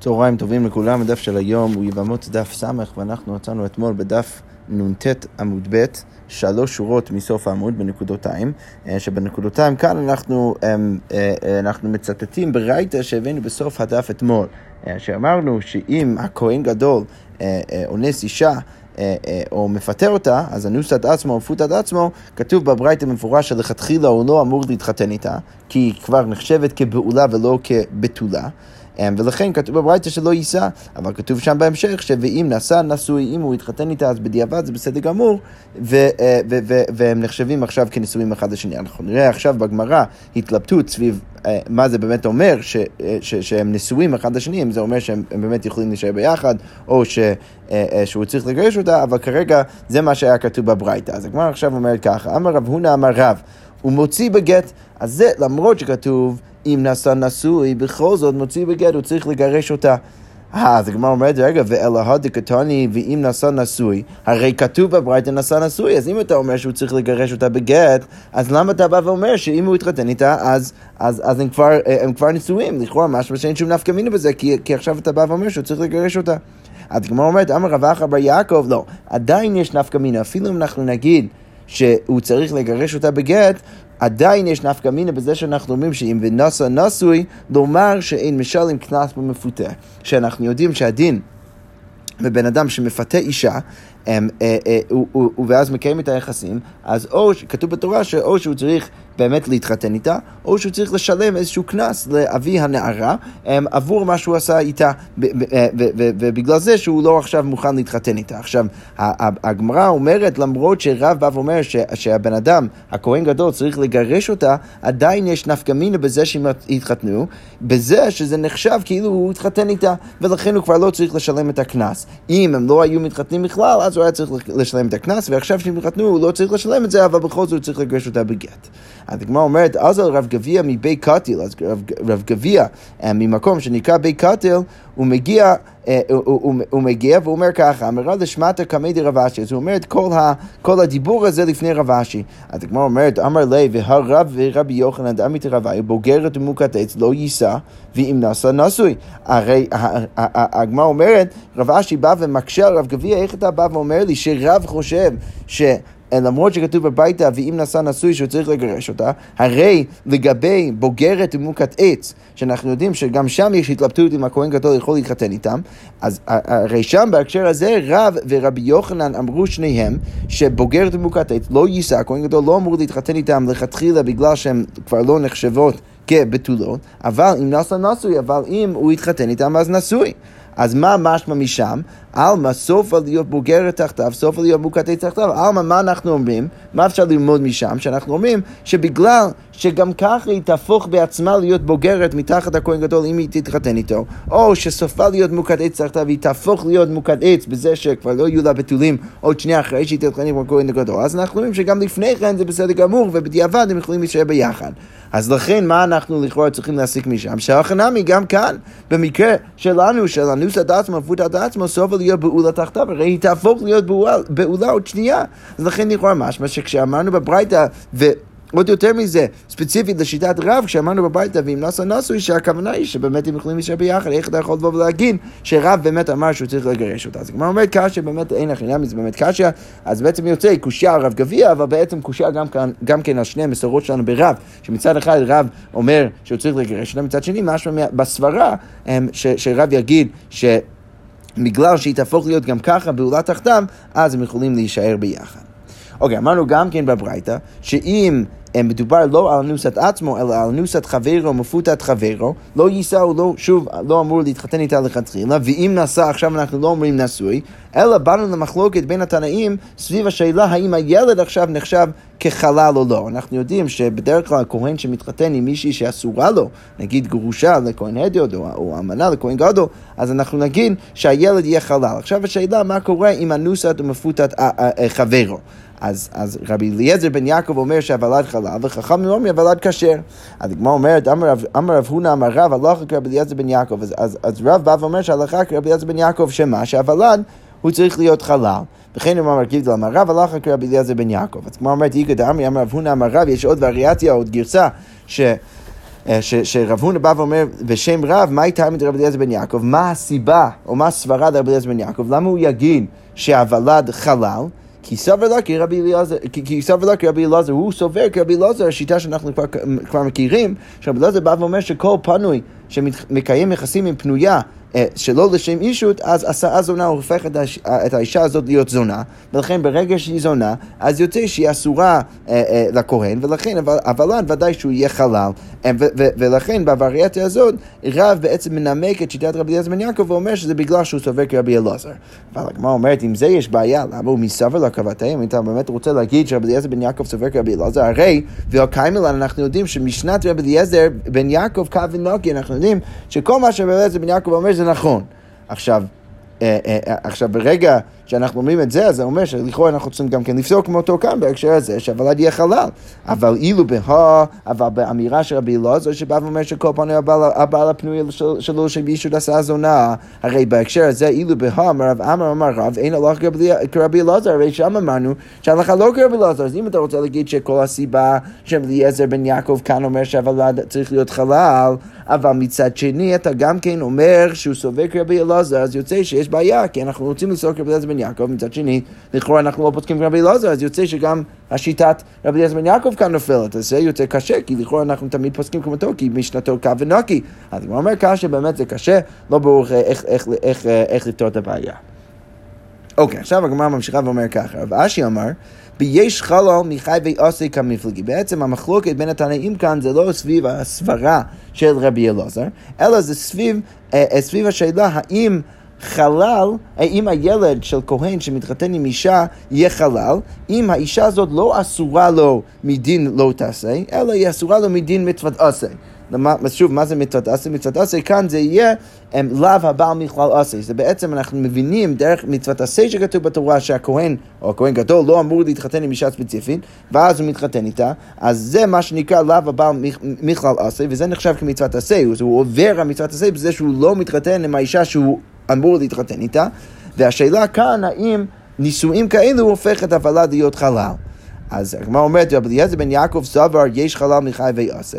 צהריים טובים לכולם, הדף של היום הוא יבמות דף סמך, ואנחנו מצאנו אתמול בדף נ"ט עמוד ב' 3 שורות מסוף העמוד בנקודותיים, שבנקודותיים כאן אנחנו מצטטים ברייתא שהבאנו בסוף הדף אתמול, שאמרנו שאם הכהן גדול אונס אישה או מפטר אותה, אז אנוסת עצמו או מפותת עצמו, כתוב בברייתא במפורש שלכתחילה הוא לא אמור להתחתן איתה, כי היא כבר נחשבת כבעולה ולא כבתולה, ולכן כתוב בברייתא שלא יישא, אבל כתוב שם בהמשך שאם נשא נשוי, אם הוא יתחתן איתה אז בדיעבד זה בסדר גמור, והם נחשבים עכשיו כנישואים אחד לשני. אנחנו נראה עכשיו בגמרא התלבטות סביב מה זה באמת אומר שהם נישואים אחד לשני, אם זה אומר שהם באמת יכולים להישאר ביחד, או שהוא צריך לגרש אותה, אבל כרגע זה מה שהיה כתוב בברייתא. אז הגמרא עכשיו אומרת ככה, אמר רב הונא אמר רב, הוא מוציא בגט, אז זה למרות שכתוב אם נשא נשוי, בכל זאת מוציא בגט, הוא צריך לגרש אותה. אז הגמרא אומרת, רגע, ואללה דקתני, ואם נשא נשוי, הרי כתוב בברייתא נשא נשוי, אז אם אתה אומר שהוא צריך לגרש אותה בגט, אז למה אתה בא ואומר שאם הוא יתחתן איתה, אז הם כבר נשואים? לכאורה משהו שאין שום נפקא מינה בזה, כי עכשיו אתה בא ואומר שהוא צריך לגרש אותה. אז הגמרא אומרת, אמר רב אחא בר יעקב, לא, עדיין יש נפקא מינה, אפילו אם אנחנו נגיד שהוא צריך לגרש אותה בגט, עדיין יש נפקא מינה בזה שאנחנו אומרים שאם ונשא נשוי, לומר שאין משלם קנס במפותה. שאנחנו יודעים שהדין בבן אדם שמפתה אישה, ואז מקיים את היחסים, אז או כתוב בתורה שאו שהוא צריך באמת להתחתן איתה, או שהוא צריך לשלם איזשהו קנס לאבי הנערה עבור מה שהוא עשה איתה, ובגלל זה שהוא לא עכשיו מוכן להתחתן איתה. עכשיו, הגמרא אומרת, למרות שרב בא ואומר שהבן אדם, הכהן גדול, צריך לגרש אותה, עדיין יש נפקא מינה בזה שהם התחתנו, בזה שזה נחשב כאילו הוא התחתן איתה, ולכן הוא כבר לא צריך לשלם את הקנס. אם הם לא היו מתחתנים בכלל, אז הוא היה צריך לשלם את הקנס, ועכשיו שהם התחתנו הוא לא צריך לשלם את זה, אבל בכל זאת הוא צריך לגרש אותה בגט. אז הגמרא אומרת, אז על רב גביע מבי קטיל, אז רב גביע ממקום שנקרא בי קטיל, הוא מגיע והוא אומר ככה, אמרה לשמטה קמי די רב אשי, אז הוא אומר את כל הדיבור הזה לפני רב אשי. אז הגמרא אומרת, אמר לי, והרב ורבי יוחנן דעמית רבי, בוגרת ומוקת עץ לא יישא, ואם נשא נשוי. הרי הגמרא אומרת, רב אשי בא ומקשה על רב גביע, איך אתה בא ואומר לי שרב חושב למרות שכתוב בביתה ואם נשא נשוי שהוא צריך לגרש אותה, הרי לגבי בוגרת ומוקת עץ, שאנחנו יודעים שגם שם יש התלבטות אם הכהן גדול יכול להתחתן איתם, אז הרי שם בהקשר הזה רב ורבי יוחנן אמרו שניהם שבוגרת ומוקת עץ לא יישא, הכהן גדול לא אמור להתחתן איתם לכתחילה בגלל שהם כבר לא נחשבות כבתולות, אבל אם נשא נשוי, אבל אם הוא יתחתן איתם אז נשוי. אז מה משמע משם? אלמה סופה להיות בוגרת תחתיו, סופה להיות מוקת עץ תחתיו. אלמה, מה אנחנו אומרים? מה אפשר ללמוד משם? שאנחנו אומרים שבגלל שגם ככה היא תהפוך בעצמה להיות בוגרת מתחת הכהן גדול אם היא תתחתן איתו, או שסופה להיות מוקת עץ תחתיו והיא תהפוך להיות מוקת עץ בזה שכבר לא יהיו לה בתולים עוד שנייה אחרי שהיא תתחתן עם הכהן גדול, אז אנחנו אומרים שגם לפני כן זה בסדר גמור ובדיעבד הם יכולים להישאר ביחד. אז לכן מה אנחנו לכאורה צריכים להסיק משם? שהחנמי גם כאן, במקרה שלנו, של אנוסת עצמו, מפותת עצמו, סופה להיות בעולה תחתיו, הרי היא תהפוך להיות בעולה עוד שנייה. אז לכן לכאורה משמע שכשאמרנו בברייתא, ועוד יותר מזה, ספציפית לשיטת רב, כשאמרנו בברייתא ואם נשא נשוי, שהכוונה היא שבאמת הם יכולים להישאר ביחד, איך אתה יכול לבוא ולהגיד שרב באמת אמר שהוא צריך לגרש אותה. אז כמו אומרת קשיא, באמת אין החינם, זה באמת קשיא, אז בעצם יוצא קושיה על רב גביע, אבל בעצם קושיה גם כן על שני המסורות שלנו ברב, שמצד אחד רב אומר שהוא צריך לגרש אותה, מצד שני משהו בסברה, שרב יגיד בגלל שהיא תהפוך להיות גם ככה בעולה תחתיו, אז הם יכולים להישאר ביחד. אוקיי, אמרנו גם כן בברייתא, שאם מדובר לא על אנוסת עצמו, אלא על אנוסת חברו, מפותת חברו, לא יישא, הוא לא אמור להתחתן איתה לכתחילה, ואם נשא, עכשיו אנחנו לא אומרים נשוי, אלא באנו למחלוקת בין התנאים, סביב השאלה האם הילד עכשיו נחשב כחלל או לא. אנחנו יודעים שבדרך כלל הכהן שמתחתן עם מישהי שאסורה לו, נגיד גרושה לכהן הדיוט או אמנה לכהן גדול, אז אנחנו נגיד שהילד יהיה חלל. עכשיו השאלה מה קורה עם אנוסת ומפותת חברו. אז רבי אליעזר בן יעקב אומר שהוולד חלל, וחכמים אומרים הוולד כשר. אז הגמרא אומרת, אמר רב הונא אמר רב, הלכה כרבי אליעזר בן יעקב. אז רב בא ואומר שההלכה כרבי אליעזר בן יעקב שמה? שהוולד הוא צריך להיות חלל. וכן אמר מרכיב דל אמר רב, הלכה כרבי אליעזר בן יעקב. אז כמו אומרת, איגד אמר רב הונא אמר רב, יש עוד וריאציה, עוד גרסה, שרב הונא בא ואומר בשם רב, מה הייתה מרבי אליעזר בן יעקב? מה הסיבה, או מה הסברה לרבי אליעזר בן יעקב? למה הוא יגיד שהוולד חלל? כי סבר לה כרבי אלעזר, הוא סובר כרבי אלעזר, השיטה שאנחנו כבר מכירים, שרבי אלעזר בא ואומר שכל פנוי שמקיים יחסים עם פנויה, שלא לשם אישות, אז עשה זונה, הוא הופך את האישה הזאת להיות זונה, ולכן ברגע שהיא זונה, אז יוצא שהיא אסורה לכהן, ולכן הוולד ודאי שהוא יהיה חלל, ולכן בווריאציה הזאת, רב בעצם מנמק את שיטת רבי אליעזר בן יעקב, ואומר שזה בגלל שהוא סובר כרבי אלעזר. אבל הגמרא אומרת, אם זה יש בעיה, למה הוא מסבר לקוותיהם? אם אתה באמת רוצה להגיד שרבי אליעזר בן יעקב סובר כרבי אלעזר, הרי, והקיימלן אנחנו יודעים שמשנת רבי אליעזר בן יעקב קו ונוקי, אנחנו יודעים שכל מה שרבי אליעזר בן יעקב אומר זה נכון. עכשיו ברגע שאנחנו אומרים את זה, אז זה אומר שלכאורה אנחנו צריכים גם כן לפסוק מאותו כאן בהקשר הזה, שהוולד יהיה חלל. אבל אבל באמירה של רבי אלעזר שבא ואומר שכל פנוי הבעל הפנוי שלו שבישוד עשה זונה, הרי בהקשר הזה אילו אמר רב, אין הלך כרבי אלעזר, הרי שם אמרנו שהלכה לא כרבי אלעזר. אז אם אתה רוצה להגיד שכל הסיבה שרבי אליעזר בן יעקב כאן אומר שהוולד צריך להיות חלל, אבל מצד שני אתה גם כן אומר שהוא סובר כרבי אלעזר, אז יוצא שיש בעיה, כי אנחנו רוצים לפסוק כרבי אליעזר בן יעקב, מצד שני, לכאורה אנחנו לא פוסקים כרבי אלעזר, אז יוצא שגם השיטת רבי אליעזר בן יעקב כאן נופלת, אז זה יוצא קשה, כי לכאורה אנחנו תמיד פוסקים כמותו, כי משנתו קו ונוקי. אז הוא אומר קשה, באמת זה קשה, לא ברור איך לפתור את הבעיה. אוקיי, עכשיו הגמרא ממשיכה ואומר ככה, רב אשי אמר, ביש חלל מחי ועשה כמפלגי. בעצם המחלוקת בין התנאים כאן זה לא סביב הסברה של רבי אלעזר, אלא זה סביב השאלה האם חלל, אם הילד של כהן שמתחתן עם אישה יהיה חלל, אם האישה הזאת לא אסורה לו מדין לא תעשה, אלא היא אסורה לו מדין מצוות עשה. שוב, מה זה מצוות עשה? מצוות עשה כאן זה יהיה לאו הבעל מכלל עשה. זה בעצם אנחנו מבינים דרך מצוות עשה שכתוב בתורה שהכהן או הכהן גדול לא אמור להתחתן עם אישה ספציפית, ואז הוא מתחתן איתה, אז זה מה שנקרא לאו הבעל מכלל עשה, וזה נחשב כמצוות עשה. הוא עובר המצוות עשה בזה שהוא לא מתחתן עם האישה שהוא אמור להתחתן איתה, והשאלה כאן האם נישואים כאלו הופך את הוולד להיות חלל. אז הגמרא אומרת, רבי אליעזר בן יעקב סבר יש חלל מחי ועשה,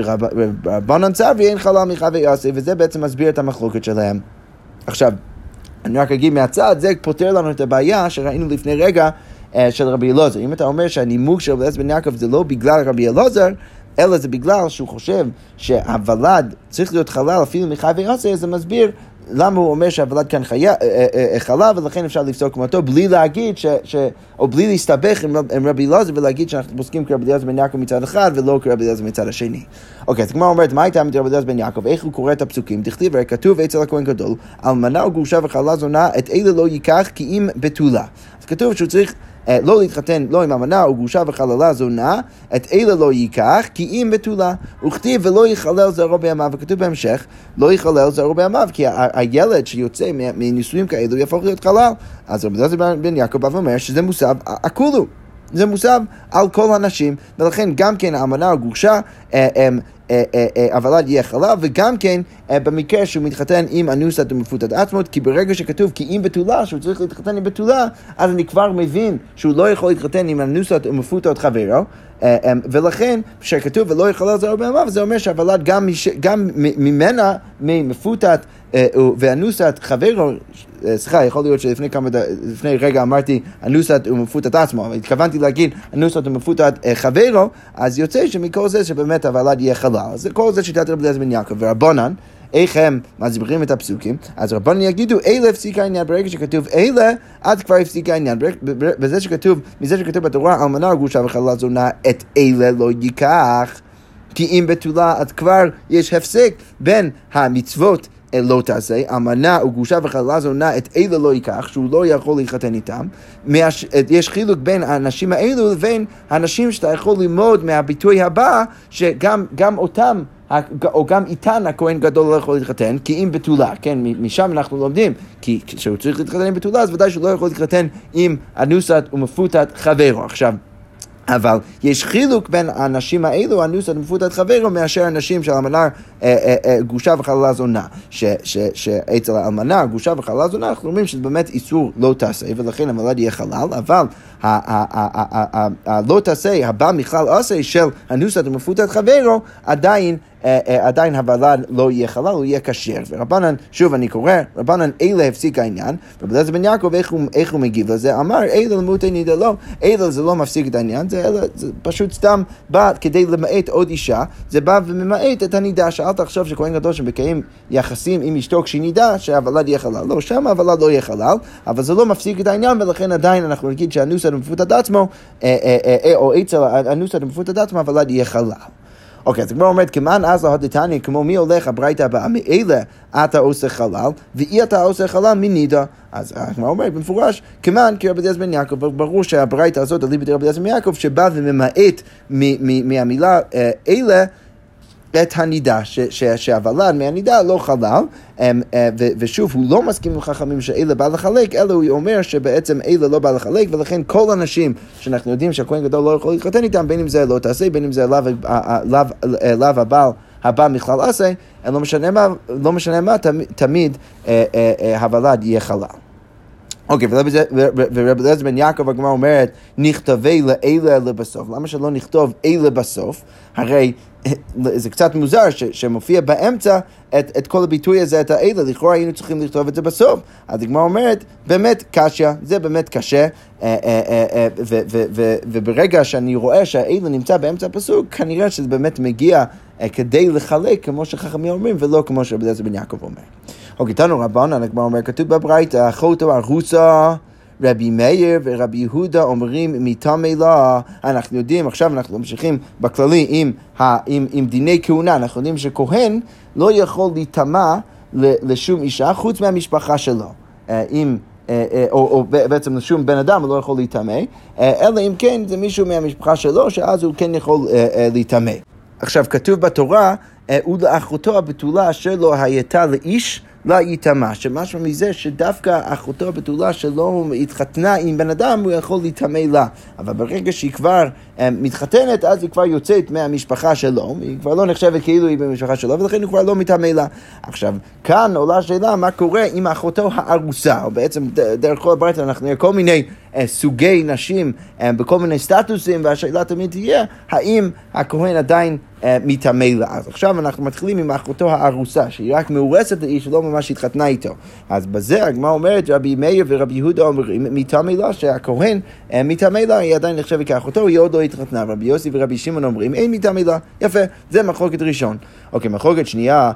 ורבנן סברי אין חלל מחי ועשה, וזה בעצם מסביר את המחלוקת שלהם. עכשיו, אני רק אגיד מהצד, זה פותר לנו את הבעיה שראינו לפני רגע של רבי אלעזר. אם אתה אומר שהנימוק של רבי אליעזר בן יעקב זה לא בגלל רבי אלעזר, אלא זה בגלל שהוא חושב שהוולד צריך להיות חלל אפילו מחי ועשה, זה מסביר למה הוא אומר שהוולד כאן חלל, ולכן אפשר לפסוק כמותו, בלי להגיד, או בלי להסתבך עם רבי אלעזר, ולהגיד שאנחנו פוסקים כרבי אליעזר בן יעקב מצד אחד, ולא כרבי אליעזר מצד השני. אוקיי, אז כמו אומרת, מה הייתה עם רבי אליעזר בן יעקב? איך הוא קורא את הפסוקים? תכתיב, הרי כתוב אצל הכהן גדול, אלמנה וגרושה וחללה זונה, את אלה לא ייקח כי אם בתולה. אז כתוב שהוא צריך לא להתחתן, לא עם אמנה או גרושה וחללה זונה, את אלה לא ייקח, כי אם בתולה. וכתיב ולא יחלל זרעו בימיו, וכתוב בהמשך, לא יחלל זרעו בימיו, כי הילד שיוצא מנישואים כאלו יהפוך להיות חלל. אז רבי אליעזר בן יעקב בא ואומר שזה מוסב הכולו. זה מוסב על כל הנשים, ולכן גם כן האמנה או גרושה, הוולד יהיה חלל, וגם כן במקרה שהוא מתחתן עם אנוסת ומפותת עצמות, כי ברגע שכתוב כי אם בתולה, שהוא צריך להתחתן עם בתולה, אז אני כבר מבין שהוא לא יכול להתחתן עם אנוסת ומפותת חברו, ולכן כשכתוב ולא יחלל זרעו בימיו, זה אומר שהוולד גם ממנה, ממפותת ואנוסת חברו, סליחה, יכול להיות שלפני רגע אמרתי אנוסת ומפותת עצמו, אבל התכוונתי להגיד אנוסת ומפותת חברו, אז יוצא שמכל זה שבאמת הוולד יהיה חלל. אז כל זה שיטת רבי אליעזר בן יעקב. ורבנן, איך הם מסבירים את הפסוקים? אז רבנן יגידו, אלה הפסיק העניין, ברגע שכתוב אלה, עד כבר הפסיק העניין. מזה שכתוב בתורה, אלמנה וגרושה וחללה זונה, את אלה לא ייקח, כי אם בתולה, אז כבר יש הפסק בין המצוות לא תעשה, אמנה וגרושה וחללה זונה, את אלה לא ייקח, שהוא לא יכול להתחתן איתם. יש חילוק בין האנשים האלו לבין האנשים שאתה יכול ללמוד מהביטוי הבא, שגם אותם, או גם איתן הכהן גדול לא יכול להתחתן, כי אם בתולה, כן, משם אנחנו לומדים, כי כשהוא צריך להתחתן עם בתולה, אז ודאי שהוא לא יכול להתחתן עם אנוסת ומפותת חברו. עכשיו, אבל יש חילוק בין האנשים האלו, אנוסת ומפותת חברו, מאשר האנשים של האמנה גרושה וחללה זונה. שאצל האמנה גרושה וחללה זונה, אנחנו אומרים שזה באמת איסור לא תעשה, ולכן הוולד יהיה חלל, אבל הלא תעשה, הבא מכלל עשה של אנוסת ומפותת חברו, עדיין עדיין הוולד לא יהיה חלל, הוא יהיה כשר. ורבנן, שוב אני קורא, רבנן אלה הפסיק העניין, רבי אליעזר בן יעקב איך הוא מגיב לזה? אמר אלה למותי נידה לא, אלה זה לא מפסיק את העניין, זה פשוט סתם בא כדי למעט עוד אישה, זה בא וממעט את הנידה, שאל תחשוב שכהן גדול שמקיים יחסים עם אשתו כשהיא נידה, שהוולד יהיה חלל. לא, שם הוולד לא יהיה חלל, אבל זה לא מפסיק את העניין, ולכן עדיין אנחנו נגיד שהנוסע מפות עד עצמו, או אצל הנוסע מפות עד עצמו, הוולד יהיה חלל. אוקיי, אז הגמרא אומרת, כמען אז להדתני, כמו מי הולך הברייתא הבאה, מאלה אתה עושה חלל, ואי אתה עושה חלל מנידה. אז הגמרא אומרת במפורש, כמען כי רבי אליעזר בן יעקב, ברור שהברייתא הזאת, אליבא דרבי אליעזר בן יעקב, שבא וממעט מהמילה אלה, את הנידה, שהוולד מהנידה לא חלל, ושוב, הוא לא מסכים עם חכמים שאלה בא לחלק, אלא הוא אומר שבעצם אלה לא בא לחלק, ולכן כל אנשים שאנחנו יודעים שהכהן גדול לא יכול להתחתן איתם, בין אם זה לא תעשה, בין אם זה לאו הבא מכלל עשה, לא משנה מה, תמיד הוולד יהיה חלל. אוקיי, ורבי אליעזר בן יעקב הגמרא אומרת, נכתבי לאלה לבסוף. למה שלא נכתוב אלה בסוף? הרי זה קצת מוזר שמופיע באמצע את כל הביטוי הזה, את האלה, לכאורה היינו צריכים לכתוב את זה בסוף. אז הגמרא אומרת, באמת קשה, זה באמת קשה, וברגע שאני רואה שהאלה נמצא באמצע הפסוק, כנראה שזה באמת מגיע כדי לחלק, כמו שחכמים אומרים, ולא כמו שרבי אליעזר בן יעקב אומר. אוקיי, תנו רבנן, הגמרא אומר, כתוב בברייתא, אחותו ארוסה, רבי מאיר ורבי יהודה אומרים מטמא לה. אנחנו יודעים, עכשיו אנחנו ממשיכים בכללי עם דיני כהונה, אנחנו יודעים שכהן לא יכול להיטמע לשום אישה חוץ מהמשפחה שלו. או בעצם לשום בן אדם הוא לא יכול להיטמא, אלא אם כן זה מישהו מהמשפחה שלו, שאז הוא כן יכול להיטמא. עכשיו כתוב בתורה, ולאחותו הבתולה שלו הייתה לאיש לא יטמא, שמשהו מזה שדווקא אחותו הבתולה שלו התחתנה עם בן אדם, הוא יכול להיטמא לה. אבל ברגע שהיא כבר מתחתנת, אז היא כבר יוצאת מהמשפחה שלו, היא כבר לא נחשבת כאילו היא במשפחה שלו, ולכן הוא כבר לא מטמא לה. עכשיו, כאן עולה השאלה מה קורה עם אחותו הארוסה, או בעצם דרך כל הברייתא אנחנו נראה כל מיני סוגי נשים בכל מיני סטטוסים, והשאלה תמיד תהיה, האם הכהן עדיין מטמא לה. אז עכשיו אנחנו מתחילים עם אחותו הארוסה, שהיא רק מאורסת לאיש שלא ממש התחתנה איתו. אז בזה הגמרא אומרת, רבי מאיר ורבי יהודה אומרים, מטמא לה, שהכהן מטמא לה, היא עדיין נחשבת כאחותו, היא עוד לא התחתנה. רבי יוסי ורבי שמעון אומרים, אין מטמא לה. יפה, זה מחלוקת ראשון. אוקיי, מחלוקת שנייה,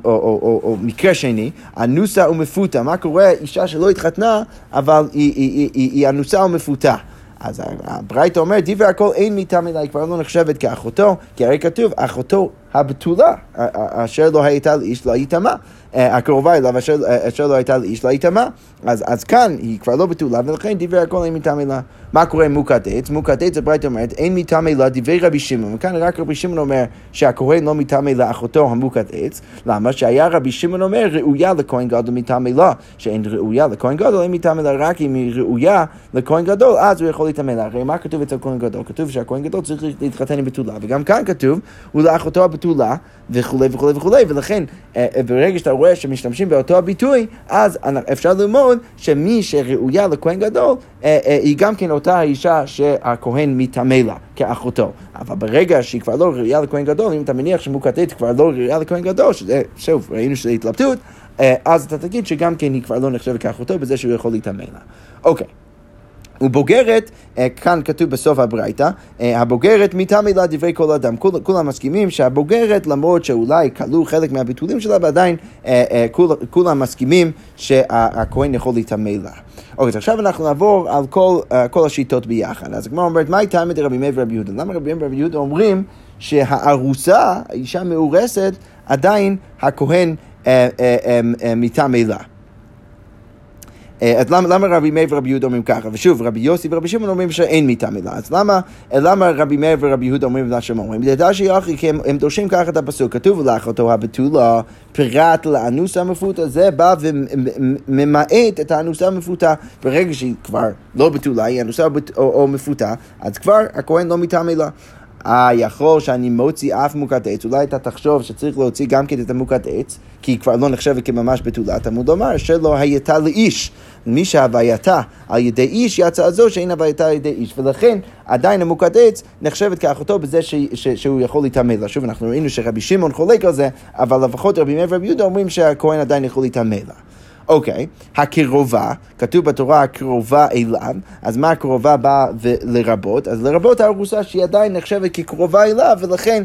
או מקרה שני, אנוסה ומפותה. מה קורה? אישה שלא התחתנה, אבל היא אנוסה ומפותה. אז הברייתא אומר, דברי הכל אין מטמא לה, היא כבר לא נחשבת כאחותו, כי הרי כתוב, אחותו הבתולה, אשר לא הייתה לאיש לא יטמא. הקרובה אליו, אשר לא הייתה לאיש לא יטמא. אז כאן היא כבר לא בתולה, ולכן דברי הכל אין מטמא לה. מה קורה עם מוקת עץ? מוקת עץ, הברייתא אומרת, אין מטמא לה דברי רבי שמעון. וכאן רק רבי שמעון אומר שהכהן לא מטמא לאחותו המוקת עץ. למה? שהיה רבי שמעון אומר, ראויה לכהן גדול מטמא לה. שאין ראויה לכהן גדול, אין מטמא לה, רק אם היא ראויה לכהן גדול, אז הוא יכול לטמא לה. הרי מה כתוב אצל כהן גדול? כתוב שהכהן גדול צריך להתחתן עם בתולה, וגם כאן כתוב, ולאחותו הבתולה, וכולי וכולי וכולי, ולכן ברגע שאתה רואה שמשתמשים באותו הביטוי, אז אפשר ללמוד שמי שראויה לכהן גדול, היא גם כן אותה האישה שהכהן מטמא לה כאחותו. אבל ברגע שהיא כבר לא ראויה לכהן גדול, אם אתה מניח שמוקת עץ כבר לא ראויה לכהן גדול, שזה, שוב, ראינו שזה התלבטות, אז אתה תגיד שגם כן היא כבר לא נחשבת כאחותו, בזה שהוא יכול לטמא לה. אוקיי. ובוגרת, כאן כתוב בסוף הברייתא, הבוגרת מטמא לה דברי כל אדם. כולם מסכימים שהבוגרת, למרות שאולי כלו חלק מהביטולים שלה, ועדיין כולם מסכימים שהכהן יכול לטמא לה. אוקיי, עכשיו אנחנו נעבור על כל השיטות ביחד. אז כמו אומרת, מה הייתה רבי מאיר ורבי יהודה? למה רבי מאיר ורבי יהודה אומרים שהארוסה, האישה מאורסת, עדיין הכהן מטמא לה? אז למה רבי מאיר ורבי יהודה אומרים ככה? ושוב, רבי יוסי ורבי שמעון אומרים שאין מטמא לה. אז למה רבי מאיר ורבי יהודה אומרים מה שהם אומרים? בדעה שיחי, כי הם דורשים ככה את הפסוק. כתוב לאחותו הבתולה, פרט לאנוסה המפותה, זה בא וממעט את האנוסה המפותה. ברגע שהיא כבר לא בתולה, היא אנוסה או מפותה, אז כבר הכהן לא מטמא לה. יכול שאני מוציא אף מוקת עץ, אולי אתה תחשוב שצריך להוציא גם כן את המוקת עץ, כי היא כבר לא נחשבת כממש בתולה, תלמוד לומר שלא הייתה לאיש, מי שהווייתה על ידי איש יצאה זו שאין הווייתה על ידי איש, ולכן עדיין המוקת עץ נחשבת כאחותו בזה שהוא יכול להתאמא לה. שוב, אנחנו ראינו שרבי שמעון חולק על זה, אבל לפחות רבי מאיר ורבי יהודה אומרים שהכהן עדיין יכול להתאמא לה. אוקיי, הקרובה, כתוב בתורה הקרובה אליו, אז מה הקרובה באה לרבות? אז לרבות הארוסה שהיא עדיין נחשבת כקרובה אליו,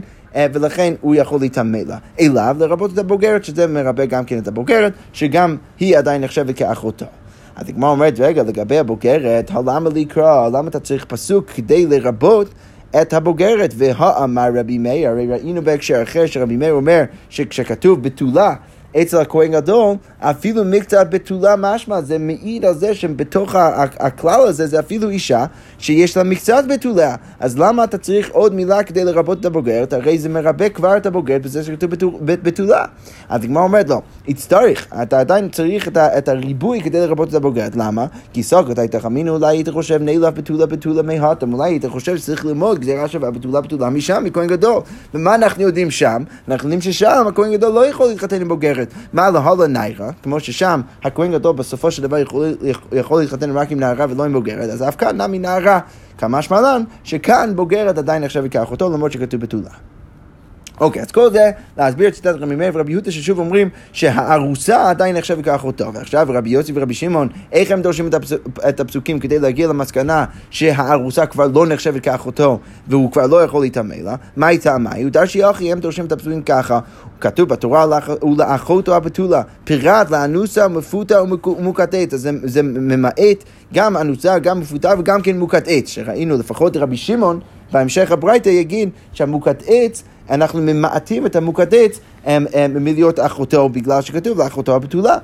ולכן הוא יכול להתאמא לה. אליו לרבות את הבוגרת, שזה מרבה גם כן את הבוגרת, שגם היא עדיין נחשבת כאחותו. אז הגמרא אומרת, רגע, לגבי הבוגרת, למה לקרוא, למה אתה צריך פסוק כדי לרבות את הבוגרת? והאמר רבי מאיר, הרי ראינו בהקשר אחר שרבי מאיר אומר שכשכתוב בתולה, אצל הכהן גדול, אפילו מקצת בתולה משמע, זה מעיד על זה שבתוך הכלל הזה, זה אפילו אישה שיש לה מקצת בתולה. אז למה אתה צריך עוד מילה כדי לרבות את הבוגרת? הרי זה מרבה כבר את הבוגרת בזה שכתוב בתולה. אז הגמרא אומרת לו, יצטרך, אתה עדיין צריך את הריבוי כדי לרבות את הבוגרת. למה? כי סוגת היית חמינו, אולי היית חושב נעלף בתולה מהתם, אולי היית חושב שצריך ללמוד גזירה שווה בתולה משם, מכהן גדול. ומה אנחנו יודעים שם? אנחנו יודעים ששם הכהן גדול לא יכול להתחתן עם בוגרת. מה להלה נערה, כמו ששם הכהן גדול בסופו של דבר יכול להתחתן רק עם נערה ולא עם בוגרת, אז אף כאן נמי נערה, כמשמע לן שכאן בוגרת עדיין נחשבת כאחותו למרות שכתוב בתולה. אוקיי, אז כל זה להסביר את שיטת רבי מאיר ורבי יהודה ששוב אומרים שהארוסה עדיין נחשבת כאחותו. ועכשיו רבי יוסי ורבי שמעון, איך הם דורשים את הפסוקים כדי להגיע למסקנה שהארוסה כבר לא נחשבת כאחותו והוא כבר לא יכול להתאמא לה? מה יטעמה? הוא דרשי אחי, הם דורשים את הפסוקים ככה, כתוב בתורה ולאחותו הבתולה, פירט לאנוסה מפותה ומוקת עץ. אז זה ממעט גם אנוסה, גם מפותה וגם כן מוקת עץ, שראינו לפחות רבי שמעון בהמשך הברייתא יגיד שהמוקת עץ, אנחנו ממעטים את המוקת עץ מלהיות אחותו בגלל שכתוב לאחותו הבתולה.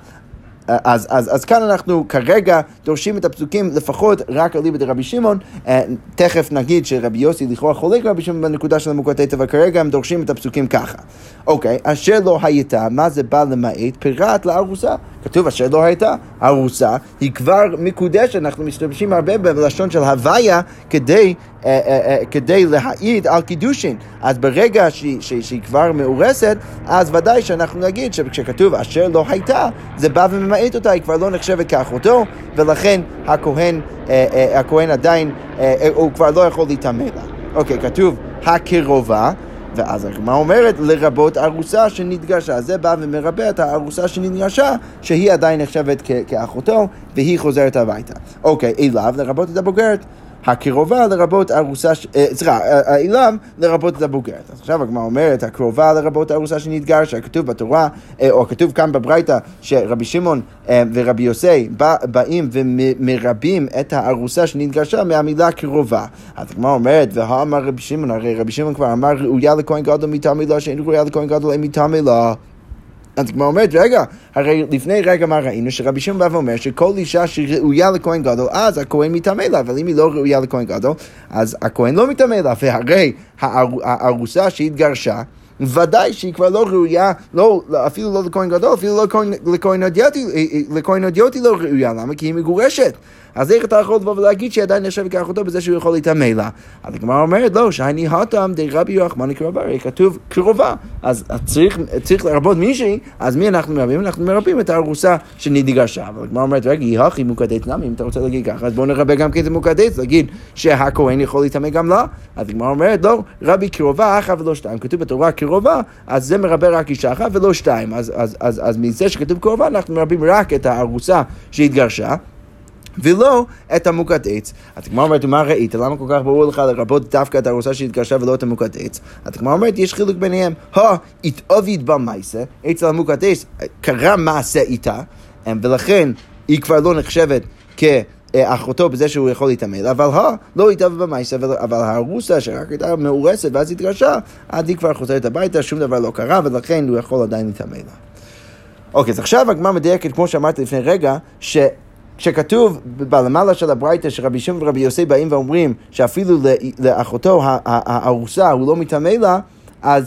אז כאן אנחנו כרגע דורשים את הפסוקים לפחות רק על ליבד רבי שמעון. תכף נגיד שרבי יוסי לכאורה חולק רבי שמעון בנקודה של המוקת עץ, אבל כרגע הם דורשים את הפסוקים ככה. אוקיי, אשר לא הייתה, מה זה בא למעט? פירט לארוסה. כתוב אשר לא הייתה, ארוסה היא כבר מקודשת, אנחנו משתמשים הרבה בלשון של הוויה כדי להעיד על קידושין. אז ברגע שהיא כבר מאורסת, אז ודאי שאנחנו נגיד שכשכתוב אשר לא הייתה, זה בא וממעט אותה, היא כבר לא נחשבת כאחותו, ולכן הכהן עדיין, הוא כבר לא יכול להתאמא לה. אוקיי, כתוב הקרובה, ואז הגמרא אומרת לרבות ארוסה שנתגרשה. זה בא ומרבה את הארוסה שנתגרשה, שהיא עדיין נחשבת כאחותו, והיא חוזרת הביתה. אוקיי, אליו לרבות את הבוגרת. הקרובה לרבות ארוסה, אליו לרבות את הבוגרת. אז עכשיו הגמרא אומרת, הקרובה לרבות ארוסה שנתגרשה, כתוב בתורה, או כתוב כאן בברייתא, שרבי שמעון ורבי יוסי באים ומרבים את הארוסה שנתגרשה מהמילה קרובה. אז הגמרא אומרת, והאמר רבי שמעון, הרי רבי שמעון כבר אמר, ראויה לכהן גדול מתאמא לה, שאין ראויה לכהן גדול אין מתאמא לה. אז כמו אומרת, רגע, הרי לפני רגע מה ראינו שרבי שמעון בא ואומר שכל אישה שראויה לכהן גדול, אז הכהן מתאמא לה, אבל אם היא לא ראויה לכהן גדול, אז הכהן לא מתאמא לה, והרי הארוסה שהתגרשה, ודאי שהיא כבר לא ראויה, אפילו לא לכהן גדול, אפילו לא לכהן הדיוטי לא ראויה, למה? כי היא מגורשת. אז איך אתה יכול לבוא ולהגיד שהיא עדיין נחשבת כאחותו בזה שהוא יכול להתאמא לה? אז הגמרא אומרת, לא, שאני התם די רבי יוחנן קרובה, הרי כתוב קרובה. אז צריך לרבות מישהי, אז מי אנחנו מרבים? אנחנו מרבים את הארוסה שנתגרשה. אבל הגמרא אומרת, רגע, היא הכי מוקת עץ, למה? אם אתה רוצה להגיד ככה, אז בואו נרבה גם כזה מוקת עץ, להגיד שהכהן יכול להתאמא גם לה. אז הגמרא אומרת, לא, רבי קרובה, אחת ולא שתיים. כתוב בתורה קרובה, אז זה מרבה רק אישה אחת ולא שתיים. אז מזה שכתוב קרובה, אנחנו מרבים רק את הארוסה שהתגרשה. ולא את המוקת עץ. אז הגמרא אומרת, מה ראית? למה כל כך ברור לך לרבות דווקא את הארוסה שהתגרשה ולא את המוקת עץ? אז הגמרא אומרת, יש חילוק ביניהם. התעביד במעשה, אצל המוקת עץ קרה מעשה איתה, ולכן היא כבר לא נחשבת כאחותו בזה שהוא יכול להתאמא לה, אבל לא התעביד במעשה, אבל הארוסה שרק הייתה מאורסת ואז התגרשה, אז היא כבר חוזרת הביתה, שום דבר לא קרה, ולכן הוא יכול עדיין להתאמא לה. אוקיי, אז עכשיו הגמרא מדייקת, כמו שאמרתי לפני רגע, כשכתוב בלמעלה של הברייתא שרבי שמעון ורבי יוסי באים ואומרים שאפילו לאחותו הארוסה הוא לא מתאמא לה, אז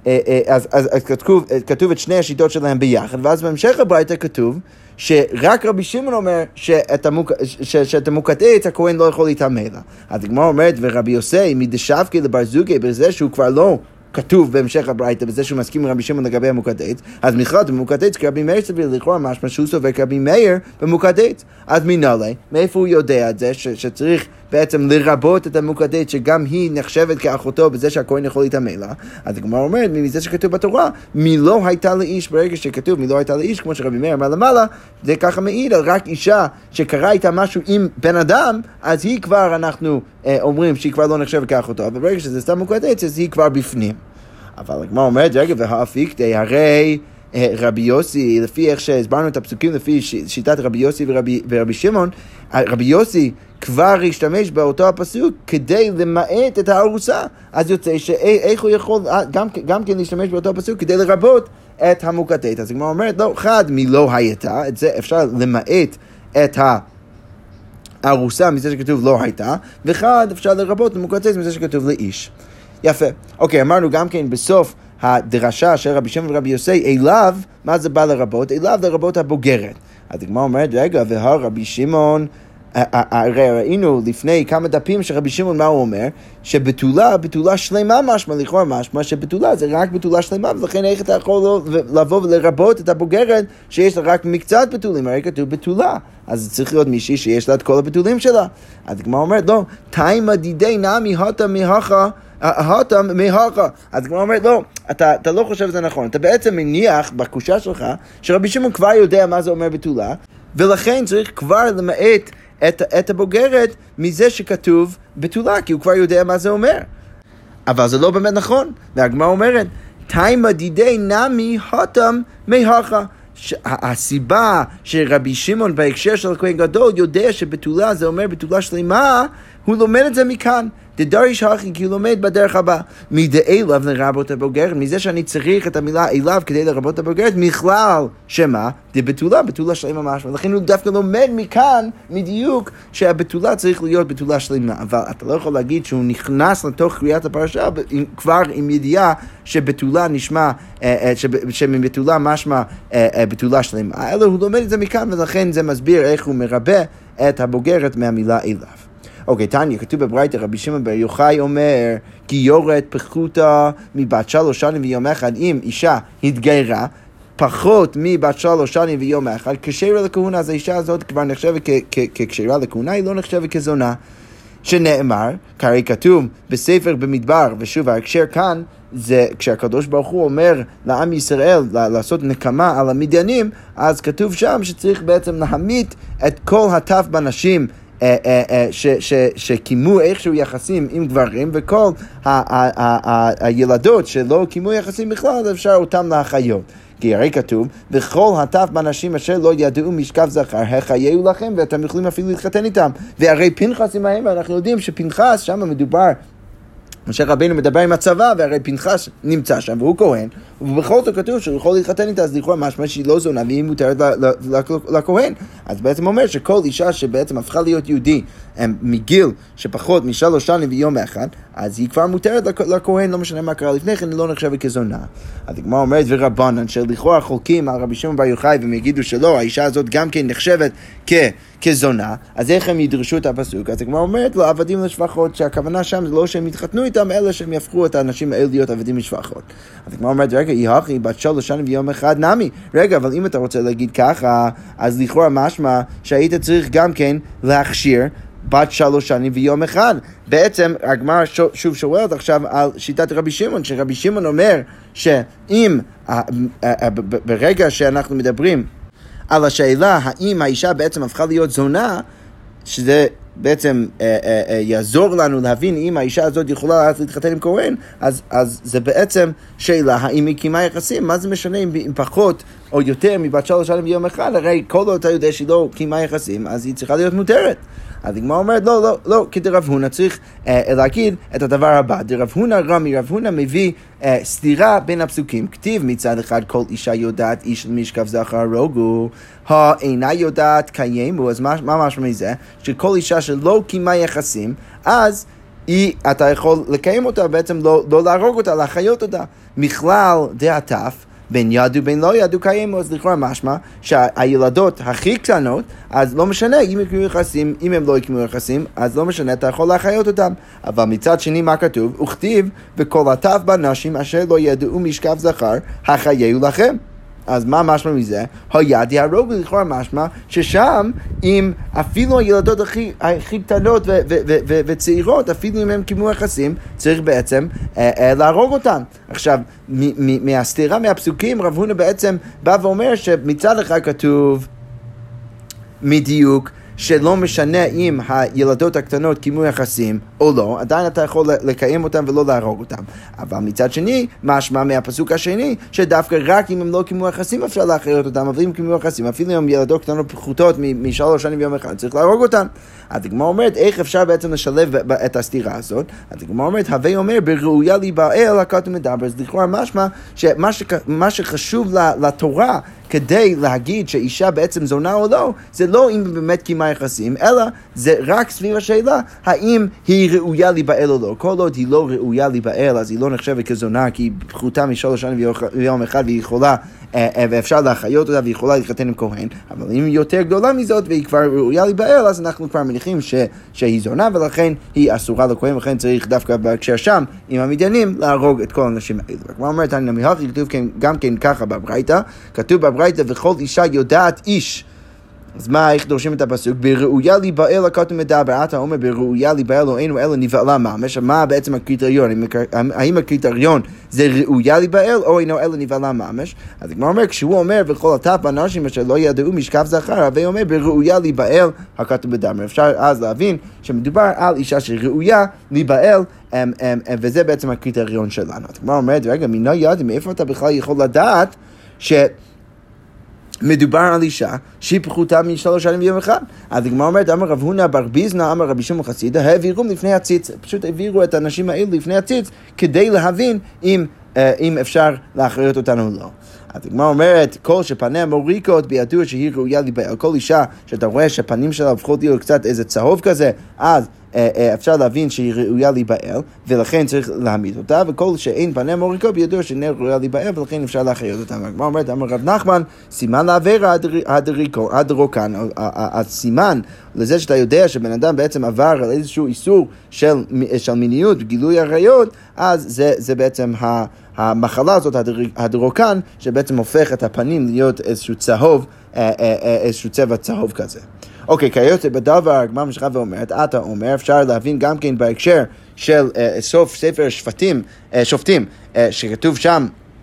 אז כתוב את שני השיטות שלהם ביחד, ואז בהמשך הברייתא כתוב שרק רבי שמעון אומר שאת המוקת עץ הכהן לא יכול להתאמה לה. אז הגמרא אומרת, ורבי יוסי מדשבקי לבר זוגי, בזה שהוא כבר לא כתוב בהמשך הברייתא, בזה שהוא מסכים עם רבי שמעון לגבי המוקת עץ, אז מחלט במוקת עץ כרבי מאיר סביר לכאורה משמע שהוא סובר כרבי מאיר במוקת עץ. אז מנהלי, מאיפה הוא יודע את זה שצריך בעצם לרבות את המוקת עץ שגם היא נחשבת כאחותו בזה שהכהן יכול להתאמה לה? אז הגמרא אומרת, מזה שכתוב בתורה, מי לא הייתה לאיש, ברגע שכתוב מי לא הייתה לאיש, כמו שרבי מאיר אמר למעלה, זה ככה מעיד על רק אישה שקרה איתה משהו עם בן אדם, אז היא כבר, אנחנו אומרים שהיא כבר לא נחשבת כאחותו, אבל ברגע שזה סתם מוקת עץ, אז היא כבר בפנים. אבל הגמרא אומרת, רגע, והאפיק די, הרי רבי יוסי, לפי איך שהסברנו את הפסוקים, לפי שיטת רבי יוסי ורבי שמעון, רבי יוסי כבר השתמש באותו הפסוק כדי למעט את הארוסה. אז יוצא שאיך הוא יכול גם כן להשתמש באותו הפסוק כדי לרבות את המוקת עץ. אז הגמרא אומרת, לא, חד מלא הייתה, את זה אפשר למעט את הארוסה מזה שכתוב לא הייתה, וחד אפשר לרבות את המוקת עץ מזה שכתוב לאיש. יפה. אוקיי, אמרנו גם כן בסוף הדרשה של רבי שמעון ורבי יוסי, אליו, מה זה בא לרבות? אליו לרבות הבוגרת. אז הגמרא אומרת, רגע, והרבי שמעון, הרי ראינו לפני כמה דפים שרבי שמעון מה הוא אומר? שבתולה שלמה משמע, לכאורה משמע, שבתולה זה רק בתולה שלמה, ולכן איך אתה יכול לבוא ולרבות את הבוגרת שיש לה רק מקצת בתולים, הרי כתוב בתולה, אז צריך להיות מישהי שיש לה את כל הבתולים שלה. אז הגמרא אומרת, לא, תימא דידי נמי הטה מהכה. אז כמו אומרת, לא, אתה לא חושב שזה נכון. אתה בעצם מניח בקושה שלך שרבי שמעון כבר יודע מה זה אומר בתולה, ולכן צריך כבר למעט את הבוגרת מזה שכתוב בתולה, כי הוא כבר יודע מה זה אומר. אבל זה לא באמת נכון. והגמרא אומרת, תימא דידי נמי הטם מהכה. הסיבה שרבי שמעון בהקשר של הכהן גדול יודע שבתולה זה אומר בתולה שלמה, הוא לומד את זה מכאן. דדריש הכי, כי הוא לומד בדרך הבאה. מדאליו לרבות הבוגרת, מזה שאני צריך את המילה אליו כדי לרבות הבוגרת, מכלל שמה? דבתולה, בתולה שלמה ממש. ולכן הוא דווקא לומד מכאן, מדיוק, שהבתולה צריך להיות בתולה שלמה. אבל אתה לא יכול להגיד שהוא נכנס לתוך קריאת הפרשה, כבר עם ידיעה שבתולה נשמע, שמבתולה משמע בתולה שלמה. אלא הוא לומד את זה מכאן, ולכן זה מסביר איך הוא מרבה את הבוגרת מהמילה אליו. אוקיי, תניא, כתוב בברייתא, רבי שמעון בר יוחאי אומר, כי יורד פחותה מבת 3 שנים ויום אחד, אם אישה התגיירה, פחות מבת 3 שנים ויום אחד, כשרה לכהונה, אז האישה הזאת כבר נחשבת ככשרה לכהונה, היא לא נחשבת כזונה. שנאמר, כרי כתוב בספר במדבר, ושוב, ההקשר כאן, זה כשהקדוש ברוך הוא אומר לעם ישראל לעשות נקמה על המדיינים, אז כתוב שם שצריך בעצם להמית את כל הטף בנשים, שקיימו איכשהו יחסים עם גברים, וכל הילדות שלא קיימו יחסים בכלל, אז אפשר אותם להחיות. כי הרי כתוב, וכל הטף בנשים אשר לא ידעו משכב זכר, החייהו לכם, ואתם יכולים אפילו להתחתן איתם. והרי פנחס עמהם, ואנחנו יודעים שפנחס, שם מדובר, משה רבינו מדבר עם הצבא, והרי פנחס נמצא שם, והוא כהן, ובכל זאת כתוב שהוא יכול להתחתן איתה, אז לכאורה משמע שהיא לא זונה, והיא מותרת לכהן. אז בעצם אומר שכל אישה שבעצם הפכה להיות יהודי, מגיל שפחות מ3 שנים ויום אחד, אז היא כבר מותרת לכהן, לא משנה מה קרה לפני כן, היא לא נחשבת כזונה. אז הגמרא אומרת, ורבנן, שלכאורה חולקים על רבי שמעון בר יוחאי, והם יגידו שלא, האישה הזאת גם כן נחשבת כזונה, אז איך הם ידרשו את הפסוק? אז הגמרא אומרת לו, עבדים לשפחות, שהכוונה שם זה לא שהם יתחתנו איתם, אלא שהם יהפכו את האנשים האלה להיות עבדים לשפחות. אז הגמרא אומרת, רגע, היא הכי בת 3 שנים ויום אחד נמי. רגע, אבל אם אתה רוצה להגיד ככה, אז לכאורה משמע שהיית צריך גם כן להכשיר בת 3 שנים ויום אחד. בעצם הגמרא שוב שואלת עכשיו על שיטת רבי שמעון, שרבי שמעון אומר שאם ברגע שאנחנו מדברים על השאלה האם האישה בעצם הפכה להיות זונה, שזה בעצם יעזור לנו להבין אם האישה הזאת יכולה להתחתן עם כהן, אז זה בעצם שאלה האם היא קיימה יחסים, מה זה משנה אם פחות או יותר מבת 3 שנים ויום אחד, הרי כל עוד אתה יודע שהיא לא קיימה יחסים, אז היא צריכה להיות מותרת. אז הגמרא אומרת, לא, כי דרב הונא צריך להגיד את הדבר הבא. דרב הונא רמי, רב הונא מביא סתירה בין הפסוקים. כתיב מצד אחד כל אישה יודעת איש משכב זכר הרוגו, אינה יודעת קיימו, אז מה משמע מזה? שכל אישה שלא קיימה יחסים, אז אתה יכול לקיים אותה, בעצם לא להרוג אותה, להחיות אותה. מכלל דעתף, בין ידו בין לא ידו קיימו, אז לכאורה משמע שהילדות הכי קטנות, אז לא משנה אם יקיימו יחסים, אם הם לא יקיימו יחסים, אז לא משנה, אתה יכול להחיות אותם. אבל מצד שני מה כתוב? וכתיב, וכל הטף בנשים אשר לא ידעו משכב זכר, החיהו לכם. אז מה משמע מזה? היד יהרוג, לכאורה משמע ששם, אם אפילו הילדות הכי קטנות וצעירות, אפילו אם הם קיימו יחסים, צריך בעצם להרוג אותן. עכשיו, מהסתירה מהפסוקים, רב הונא בעצם בא ואומר שמצד אחד כתוב מדיוק, שלא משנה אם הילדות הקטנות קיימו יחסים או לא, עדיין אתה יכול לקיים אותם ולא להרוג אותם. אבל מצד שני, משמע מהפסוק השני, שדווקא רק אם הם לא קיימו יחסים אפשר להחיות אותם, אבל אם קיימו יחסים, אפילו אם ילדות קטנות פחותות מ3 שנים ביום אחד, צריך להרוג אותם. אז הגמרא אומרת, איך אפשר בעצם לשלב את הסתירה הזאת? אז הגמרא אומרת, הווי אומר, בראויה להיבעל הכתוב מדבר. אז לכאורה משמע שמה שחשוב לתורה, כדי להגיד שאישה בעצם זונה או לא, זה לא אם באמת קיימה יחסים, אלא זה רק סביב השאלה, האם היא ראויה להיבעל או לא. כל עוד היא לא ראויה להיבעל, אז היא לא נחשבת כזונה, כי היא פחותה מ3 שנים ביום אחד, והיא יכולה, ואפשר להחיות אותה, והיא יכולה להתחתן עם כהן. אבל אם היא יותר גדולה מזאת, והיא כבר ראויה להיבעל, אז אנחנו כבר מניחים שהיא זונה, ולכן היא אסורה לכהן, ולכן צריך דווקא בהקשר שם, עם המדיינים, להרוג את כל האנשים האלו. כמו אומרת, כתוב גם כן ככה בברייתא, כתוב בברייתא, וכל אישה יודעת איש. אז מה, איך דורשים את הפסוק? בראויה להיבעל הכתוב מדבר. אתה אומר בראויה להיבעל או אינו אלא נבעלה ממש. מה בעצם הקריטריון? האם הקריטריון זה ראויה להיבעל או אינו אלא נבעלה ממש? אז כמו אומר, כשהוא אומר וכל הטף בנשים אשר לא ידעו משכב זכר, הווי אומר בראויה להיבעל הכתוב מדבר. אפשר אז להבין שמדובר על אישה שראויה להיבעל, וזה בעצם הקריטריון שלנו. כמו אומרת, רגע, מינו יד, מאיפה אתה בכלל יכול לדעת מדובר על אישה שהיא פחותה מ3 שנים ביום אחד? אז הגמרא אומרת, אמר רב הונא בר ביזנא אמר רבי שמעון חסידה, העבירום לפני הציץ. פשוט העבירו את האנשים האלו לפני הציץ, כדי להבין אם אפשר להחיות אותנו או לא. אז הגמרא אומרת, כל שפניה מוריקות בידוע שהיא ראויה להיבעל. כל אישה שאתה רואה שהפנים שלה הופכות להיות קצת איזה צהוב כזה, אז אפשר להבין שהיא ראויה להיבעל, ולכן צריך להעמיד אותה, וכל שאין פניה מוריקות בידוע שאינה ראויה להיבעל, ולכן אפשר להחיות אותה. הגמרא אומרת, אמר רב נחמן, סימן לעבירה הדרוקן. הסימן לזה שאתה יודע שבן אדם בעצם עבר על איזשהו איסור של מיניות, גילוי עריות, אז זה בעצם המחלה הזאת, הדרוקן, שבעצם הופך את הפנים להיות איזשהו צהוב, איזשהו צבע צהוב כזה. אוקיי, כיוצא בדבר, הגמרא ממשיכה ואומרת, אתה אומר, אפשר להבין גם כן בהקשר של סוף ספר שופטים, שכתוב שם,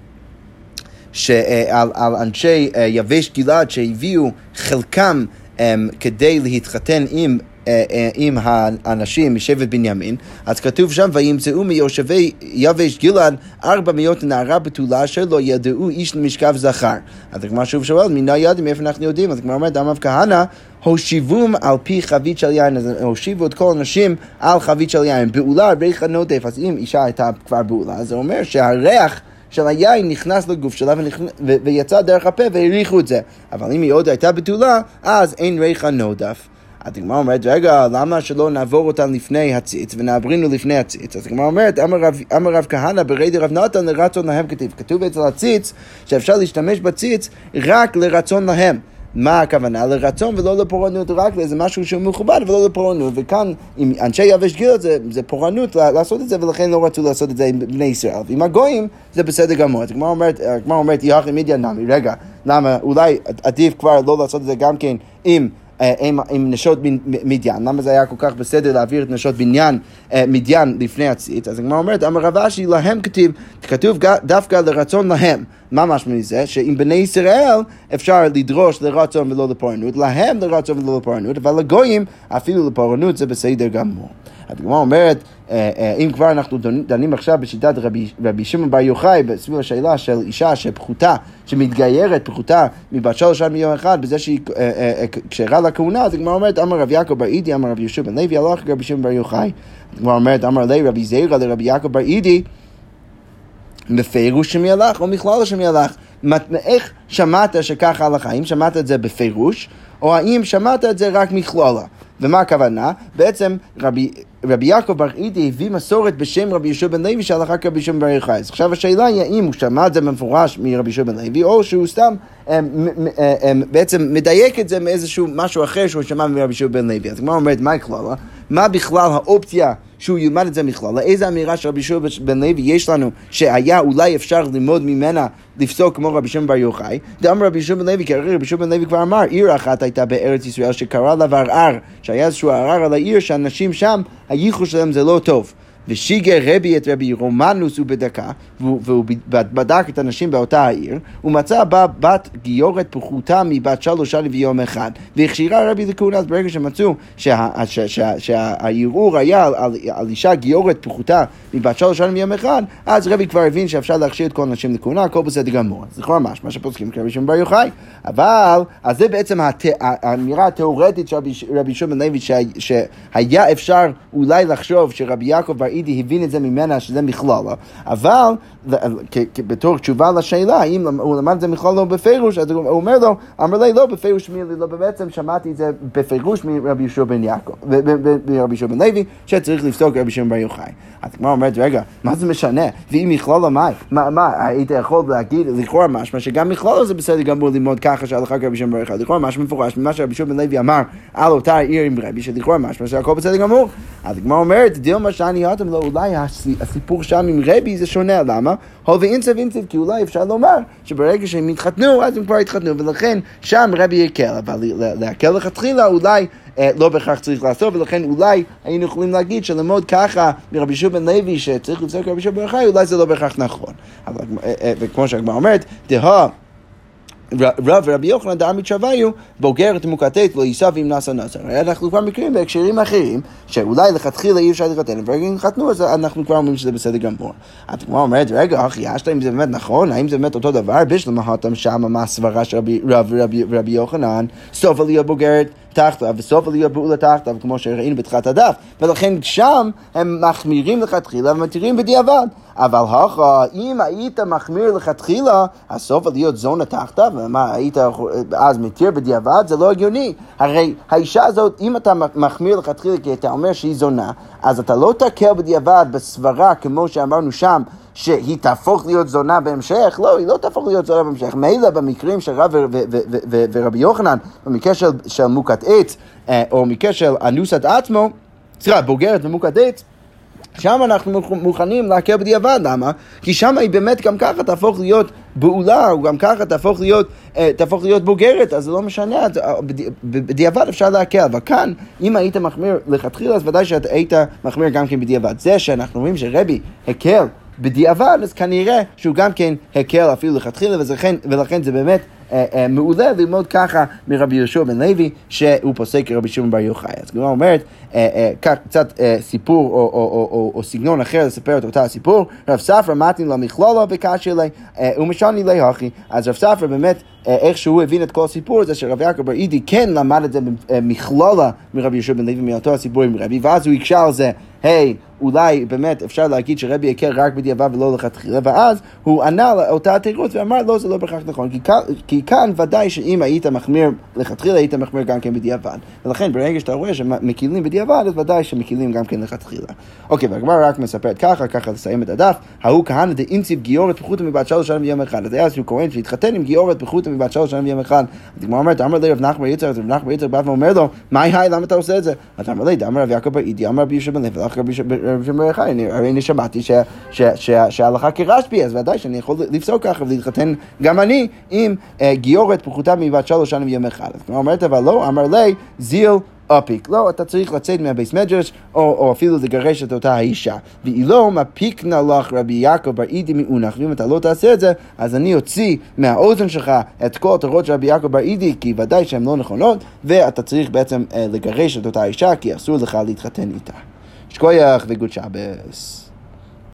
על אנשי יבש גלעד שהביאו חלקם כדי להתחתן עם האנשים משבט בנימין, אז כתוב שם, וימצאו מיושבי יבש גלעד 400 נערה בתולה אשר לא ידעו איש למשכב זכר. אז הגמרא שוב שואל, מינה יודעים, איפה אנחנו יודעים? אז הגמרא אומרת, אמר רב כהנא, הושיבום על פי חבית של יין. אז הושיבו את כל הנשים על חבית של יין. בעולה ריחה נודף. אז אם אישה הייתה כבר בעולה, זה אומר שהריח של היין נכנס לגוף שלה ויצא דרך הפה והריחו את זה. אבל אם היא עוד הייתה בתולה, אז אין ריחה נודף. הגמרא אומרת, רגע, למה שלא נעבור אותן לפני הציץ ונעברינו לפני הציץ? אז הגמרא אומרת, אמר רב כהנא ברי דרב נתן לרצון להם כתיב. כתוב אצל הציץ שאפשר להשתמש בציץ רק לרצון להם. מה הכוונה? לרצון ולא לפורענות, רק לאיזה משהו שהוא מכובד ולא לפורענות. וכאן, עם אנשי יבש גלעד, זה פורענות לעשות את זה, ולכן לא רצו לעשות את זה עם בני ישראל. ועם הגויים, זה בסדר גמור. אז הגמרא אומרת, יחי מדין נמי. רגע, למה? אולי עדיף כבר לא לעשות את זה גם כן עם נשות מדיין. למה זה היה כל כך בסדר להעביר את נשות מדיין לפני הציץ? אז הגמרא אומרת, אמר רב אשי, להם כתוב דווקא לרצון להם. מה משמע מזה? שאם בני ישראל אפשר לדרוש לרצון ולא לפורענות, להם לרצון ולא לפורענות, אבל לגויים אפילו לפורענות זה בסדר גמור. הגמרא אומרת, אם כבר אנחנו דנים עכשיו בשיטת רבי שמעון בר יוחאי, בסביב השאלה של אישה שפחותה, שמתגיירת פחותה מבת 3 שנים מיום אחד, בזה שהיא כשרה לכהונה, אז הגמרא אומרת, אמר רב יעקב בר אידי, אמר רב יהושע בן לוי, הלך רבי שמעון בר יוחאי. הגמרא אומרת, אמר לי רבי זיירא לרבי יעקב בר אידי, מפירוש שמי הלך או מכלל שמי הלך. איך שמעת שככה הלכה? האם שמעת את זה בפירוש, או האם שמעת את זה רק מכללה? ומה הכוונה? בעצם רבי יעקב בר אידי הביא מסורת בשם רבי יהושע בן לוי שהלכה כרבי יהושע בן יוחאי. אז עכשיו השאלה היא האם הוא שמע את זה במפורש מרבי יהושע בן לוי, או שהוא סתם בעצם מדייק את זה מאיזשהו משהו אחר שהוא שמע מרבי יהושע בן לוי. אז הגמרא אומרת, מה הכללה? מה בכלל האופציה שהוא ילמד את זה מכללה? איזה אמירה של רבי יהושע בן לוי יש לנו שהיה אולי אפשר ללמוד ממנה לפסוק כמו רבי שמעון בר יוחאי? דאמר רבי יהושע בן לוי, כי רבי יהושע בן לוי כבר אמר, עיר אחת הייתה בארץ ישראל שקרא לה ערער, שהיה איזשהו ערער על העיר שאנשים שם הייחוס שלהם זה לא טוב. ושיגר רבי את רבי רומנוס ובדקה, והוא בדק את הנשים באותה העיר, ומצא בה בת גיורת פחותה מבת 3 שנים ויום אחד, והכשירה רבי לכהונה. אז ברגע שמצאו שהערעור היה על אישה גיורת פחותה מבת 3 שנים ויום אחד, אז רבי כבר הבין שאפשר להכשיר את כל הנשים לכהונה, הכל בסדר גמור. אז לכאורה מה שפוסקים כרבי שמעון בר יוחאי. אבל, אז זה בעצם האמירה התיאורטית של רבי יהושע בן לוי, שהיה אפשר אולי לחשוב שרבי יעקב בר אידי הבין את זה ממנה שזה מכללה, אבל בתור תשובה לשאלה האם הוא למד את זה מכללה לא בפירוש, אז הוא אומר לו, אמר לי לא בפירוש לא, בעצם שמעתי את זה בפירוש מרבי יהושע בן יעקב, מרבי יהושע בן לוי, שצריך לפסוק רבי שמעון בר יוחאי. אז כמו אומרת, רגע, מה זה משנה? ואם מכללה מה? היית יכול להגיד, לכאורה משמע שגם מכללה זה בסדר גמור ללמוד ככה שהלכה כרבי שמעון בר יוחאי, לכאורה משהו מפורש ממה שרבי יהושע בן לוי אמר על אותה עיר עם רבי, שלכאורה משמע שהכל בסדר גמור. אז כמו אומרת, דילמה שאני התם לו, אולי הסיפור שם עם רבי זה שונה. למה? ואינצב, כי אולי אפשר לומר שברגע שהם התחתנו, אז הם כבר התחתנו, ולכן שם רבי יקל, אבל להקל לכתחילה אולי לא בהכרח צריך לעשות, ולכן אולי היינו יכולים להגיד שלמוד ככה מרבי יהושע בן לוי שצריך לפסוק רבי יהושע בן יוחאי, אולי זה לא בהכרח נכון. וכמו שהגמרא אומרת, רב ורבי יוחנן דעמית שוויו בוגרת מוקטט לא יישא ואם נעשה נעשה. אנחנו כבר מכירים בהקשרים אחרים שאולי לכתחילה אי אפשר להתחתן, וברגע נתחתנו אז אנחנו כבר אומרים שזה בסדר גמור. את כבר אומרת, רגע אחי, אם זה באמת נכון, האם זה באמת אותו דבר? בשלמה התם שם מה הסברה של רב ורבי יוחנן, סוף להיות בוגרת תחתיו וסוף להיות בעולה תחתיו, כמו שראינו בתחילת הדף, ולכן שם הם מחמירים לכתחילה ומתירים בדיעבד. אבל אם היית מחמיר לכתחילה, הסוף להיות זונה תחתיו, ומה היית אז מתיר בדיעבד, זה לא הגיוני. הרי האישה הזאת, אם אתה מחמיר לכתחילה כי אתה אומר שהיא זונה, אז אתה לא תקל בדיעבד בסברה כמו שאמרנו שם, שהיא תהפוך להיות זונה בהמשך. לא, היא לא תהפוך להיות זונה בהמשך. מילא במקרים של רב ורבי יוחנן, במקרה של מוקת עץ, או מקרה של אנוסת עצמו, בוגרת ומוקת עץ, שם אנחנו מוכנים להקל בדיעבד. למה? כי שם היא באמת גם ככה תהפוך להיות בעולה, או גם ככה תהפוך להיות בוגרת, אז זה לא משנה, בדיעבד אפשר להקל. אבל כאן, אם היית מחמיר לכתחילה, אז ודאי שאתה היית מחמיר גם כן בדיעבד. זה שאנחנו רואים שרבי הקל בדיעבד, אז כנראה שהוא גם כן הקל אפילו לכתחילה, ולכן זה באמת מעולה ללמוד ככה מרבי יהושע בן לוי שהוא פוסק רבי שמעון בר יוחאי. אז גמרא אומרת קצת סיפור או סגנון אחר לספר את אותה הסיפור. רב ספרא מתאים למכללה וקשה לי ומשני לי הכי. אז רב ספרא באמת איך שהוא הבין את כל הסיפור הזה שרב יעקב בר אידי כן למד את זה במכללה מרבי יהושע בן לוי מאותו הסיפור עם רבי, ואז הוא הקשה על זה, אולי באמת אפשר להגיד שרבי יקל רק בדיעבד ולא לכתחילה, ואז הוא ענה לאותה התירוץ ואמר לא, זה לא בהכרח נכון, כי כאן ודאי שאם היית מחמיר לכתחילה, היית מחמיר גם כן בדיעבד, ולכן ברגע שאתה רואה שמקילים בדיעבד, אז ודאי שמקילים גם כן לכתחילה. אוקיי, והגמרא רק מספרת ככה לסיים את הדף. ההוא כהנא דאינציב גיורת פחותא מבת 3 שנים ויום אחד. אז היה איזשהו כהן שהתחתן עם גיורת פחותא מבת 3 שנים ויום אחד. אז הגמרא אומרת, אמר לי רב נחמן בר יצחק, רב נחמן בר יצחק בא ואומר לו, למה אתה עושה את זה? אז אמר לי, אמר רב יעקב בר אידי, אמר רבי יהושע בן לוי, רבי שמעון בר יוחאי, הרי אני שמעתי שההלכה כרשב"י, אז ודאי שאני יכול לפסוק ככה ולהתחתן גם אני עם גיורת פחותה מבת 3 שנים ויום אחד. אז הגמרא אומרת, אבל לא, אמר לי, זיל אפיק. לא, אתה צריך לצאת מהבייס מדרש, או אפילו לגרש את אותה האישה. ואילו מפיקנה לך רבי יעקב בר אידי מאונח, ואם אתה לא תעשה את זה, אז אני אוציא מהאוזן שלך את כל התורות של רבי יעקב בר אידי, כי ודאי שהן לא נכונות, ואתה צריך בעצם לגרש את אותה האישה, כי אסור לך להתחתן איתה. שכוייך וגוד שבס.